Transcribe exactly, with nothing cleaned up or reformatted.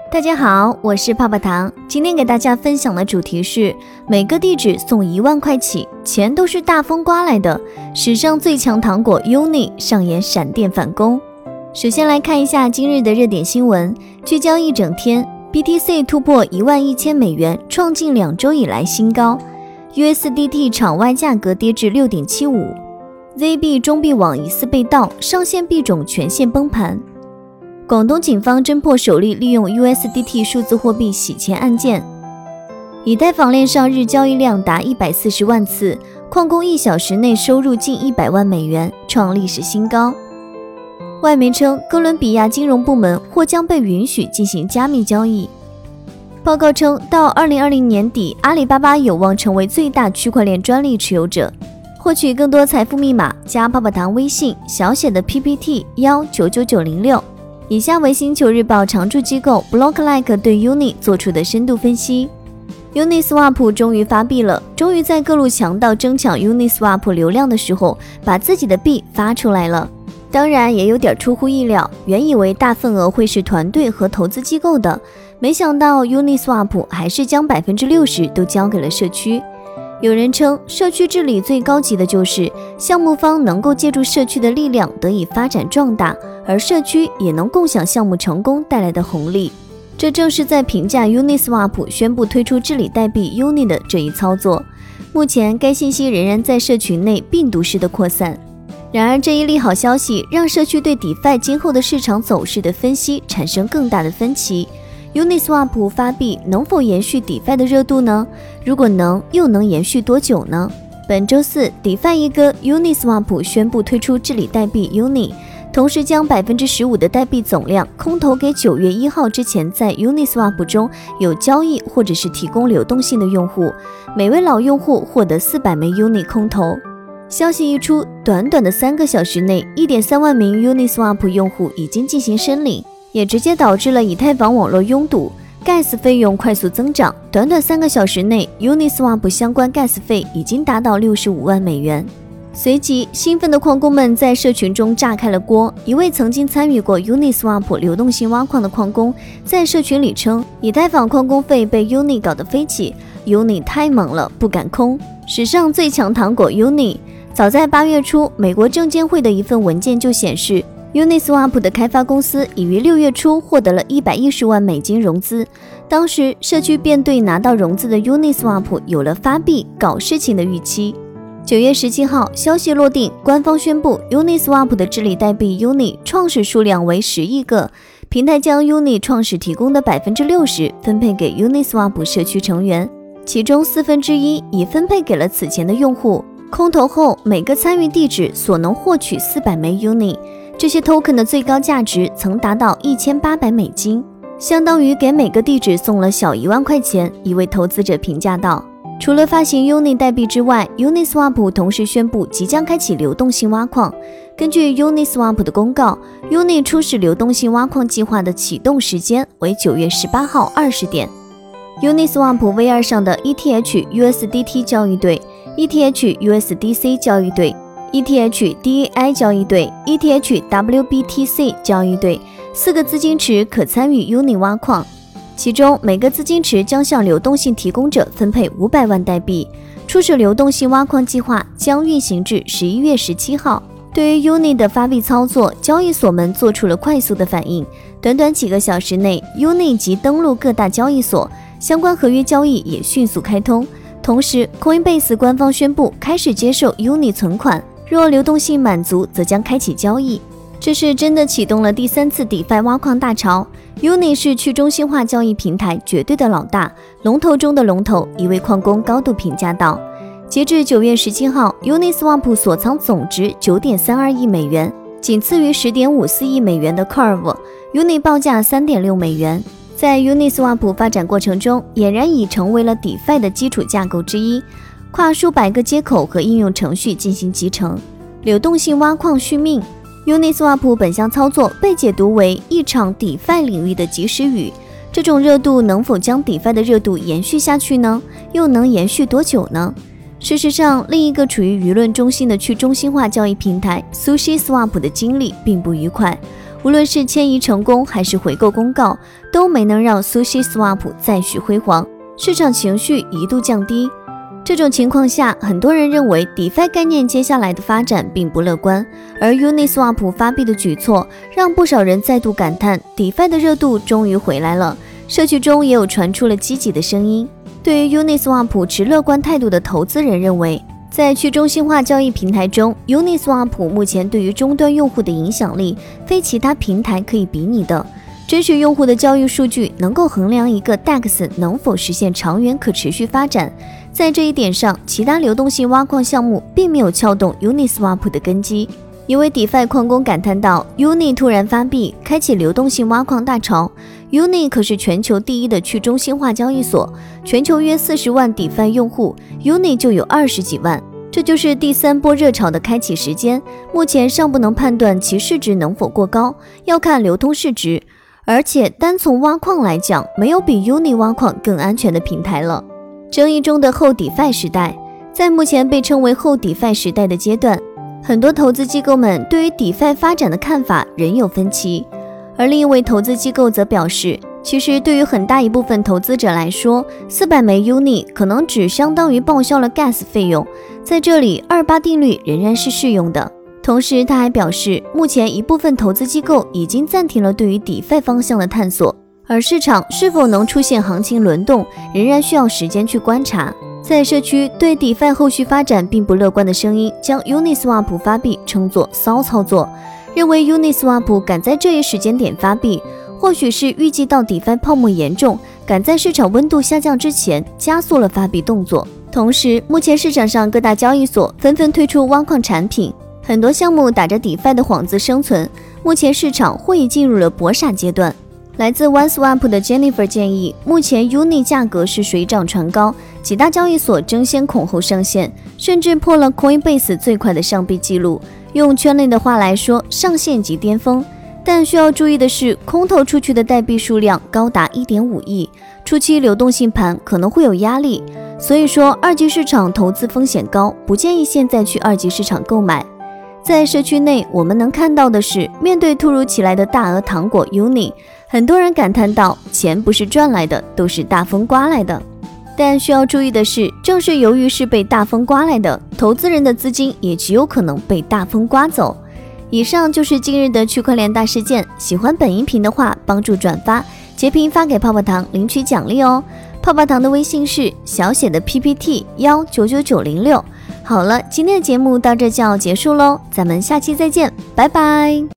大家好，我是泡泡糖，今天给大家分享的主题是每个地址送一万块起，钱都是大风刮来的，史上最强糖果 Uni 上演闪电反攻。首先来看一下今日的热点新闻，聚焦一整天， B T C 突破一万一千美元，创近两周以来新高， U S D T 场外价格跌至 六点七五， Z B 中币网疑似被盗，上线币种全线崩盘。广东警方侦破首例利用 U S D T 数字货币洗钱案件。以太坊链上日交易量达一百四十万次，矿工一小时内收入近一百万美元，创历史新高。外媒称，哥伦比亚金融部门或将被允许进行加密交易。报告称，到二零二零年底，阿里巴巴有望成为最大区块链专利持有者。获取更多财富密码，加泡泡糖微信小写的 P P T 一九九九零六。以下为星球日报常驻机构 Blocklike 对 Uni 做出的深度分析。Uniswap 终于发币了，终于在各路强盗争抢 Uniswap 流量的时候，把自己的币发出来了。当然也有点出乎意料，原以为大份额会是团队和投资机构的，没想到 Uniswap 还是将 百分之六十 都交给了社区。有人称，社区治理最高级的就是项目方能够借助社区的力量得以发展壮大，而社区也能共享项目成功带来的红利。这正是在评价 Uniswap 宣布推出治理代币 Uni 的这一操作。目前该信息仍然在社群内病毒式的扩散。然而这一利好消息让社区对 DeFi 今后的市场走势的分析产生更大的分歧。Uniswap 发币能否延续 DeFi 的热度呢？如果能，又能延续多久呢？本周四 DeFi 一哥 Uniswap 宣布推出治理代币 Uni， 同时将 百分之十五 的代币总量空投给九月一号之前在 Uniswap 中有交易或者是提供流动性的用户，每位老用户获得四百枚 Uni 空投。消息一出，短短的三个小时内 一点三万名 Uniswap 用户已经进行申领，也直接导致了以太坊网络拥堵， Gas 费用快速增长。短短三个小时内 Uniswap 相关 Gas 费已经达到六十五万美元。随即兴奋的矿工们在社群中炸开了锅，一位曾经参与过 Uniswap 流动性挖矿的矿工在社群里称，以太坊矿工费被 Uni 搞得飞起， Uni 太猛了，不敢空。史上最强糖果 Uni。 早在八月初，美国证监会的一份文件就显示， Uniswap 的开发公司已于六月初获得了一百一十万美金融资，当时社区便对拿到融资的 Uniswap 有了发币搞事情的预期。九月十七号，消息落定，官方宣布 Uniswap 的治理代币 Uni 创始数量为十亿个，平台将 Uni 创始提供的 百分之六十 分配给 Uniswap 社区成员，其中四分之一已分配给了此前的用户。空投后，每个参与地址所能获取四百枚 Uni， 这些 token 的最高价值曾达到一千八百美金，相当于给每个地址送了小一万块钱。一位投资者评价道。除了发行 Uni 代币之外， Uniswap 同时宣布即将开启流动性挖矿。根据 Uniswap 的公告， Uni 初始流动性挖矿计划的启动时间为九月十八号二十点。Uniswap V 二 上的 E T H U S D T 交易对、E T H U S D C 交易对、E T H D A I 交易对、E T H W B T C 交易对四个资金池可参与 Uni 挖矿，其中每个资金池将向流动性提供者分配五百万代币。初始流动性挖矿计划将运行至十一月十七号。对于 Uni 的发币操作，交易所们做出了快速的反应，短短几个小时内 Uni 即登陆各大交易所，相关合约交易也迅速开通。同时 Coinbase 官方宣布开始接受 Uni 存款，若流动性满足则将开启交易。这是真的启动了第三次 DeFi 挖矿大潮。 Uni 是去中心化交易平台绝对的老大，龙头中的龙头，一位矿工高度评价道。截至九月十七号， Uniswap 锁仓总值 九点三二亿美元，仅次于 十点五四亿美元的 Curve。 Uni 报价 三点六美元。在 Uniswap 发展过程中，俨然已成为了 DeFi 的基础架构之一，跨数百个接口和应用程序进行集成，流动性挖矿续命。 Uniswap 本项操作被解读为一场 DeFi 领域的及时雨，这种热度能否将 DeFi 的热度延续下去呢？又能延续多久呢？事实上，另一个处于舆论中心的去中心化交易平台 SushiSwap 的经历并不愉快。无无论是迁移成功还是回购公告，都没能让 SushiSwap 再续辉煌，市场情绪一度降低。这种情况下，很多人认为 DeFi 概念接下来的发展并不乐观，而 Uniswap 发币的举措让不少人再度感叹 DeFi 的热度终于回来了。社区中也有传出了积极的声音。对于 Uniswap 持乐观态度的投资人认为，在去中心化交易平台中 Uniswap 目前对于终端用户的影响力非其他平台可以比拟的。真实用户的交易数据能够衡量一个 D E X 能否实现长远可持续发展。在这一点上，其他流动性挖矿项目并没有撬动 Uniswap 的根基。一位 DeFi 矿工感叹道 Uni 突然发币，开启流动性挖矿大潮。 Uni 可是全球第一的去中心化交易所，全球约四十万 DeFi 用户， Uni 就有二十几万。这就是第三波热潮的开启时间，目前尚不能判断其市值能否过高，要看流通市值。而且单从挖矿来讲，没有比 Uni 挖矿更安全的平台了。争议中的后 DeFi 时代，在目前被称为后 DeFi 时代的阶段，很多投资机构们对于 DeFi 发展的看法仍有分歧。而另一位投资机构则表示，其实对于很大一部分投资者来说，四百枚 Uni 可能只相当于报销了 Gas 费用，在这里二八定律仍然是适用的。同时他还表示，目前一部分投资机构已经暂停了对于 DeFi 方向的探索，而市场是否能出现行情轮动，仍然需要时间去观察。在社区对 DeFi 后续发展并不乐观的声音，将 Uniswap 发币称作骚操作，认为 Uniswap 赶在这一时间点发币，或许是预计到 DeFi 泡沫严重，赶在市场温度下降之前加速了发币动作。同时，目前市场上各大交易所纷纷推出挖矿产品，很多项目打着 DeFi 的幌子生存，目前市场或已进入了搏傻阶段。来自 OneSwap 的 Jennifer 建议，目前 Uni 价格是水涨船高，几大交易所争先恐后上线，甚至破了 Coinbase 最快的上币记录。用圈内的话来说，上线即巅峰。但需要注意的是，空投出去的代币数量高达 一点五亿，初期流动性盘可能会有压力，所以说二级市场投资风险高，不建议现在去二级市场购买。在社区内，我们能看到的是，面对突如其来的大额糖果 Uni， 很多人感叹道，钱不是赚来的，都是大风刮来的。但需要注意的是，正是由于是被大风刮来的，投资人的资金也极有可能被大风刮走。以上就是今日的区块链大事件，喜欢本音频的话，帮助转发截屏发给泡泡糖领取奖励哦。泡泡糖的微信是小写的 P P T 一九九九零六。好了，今天的节目到这就要结束喽，咱们下期再见，拜拜。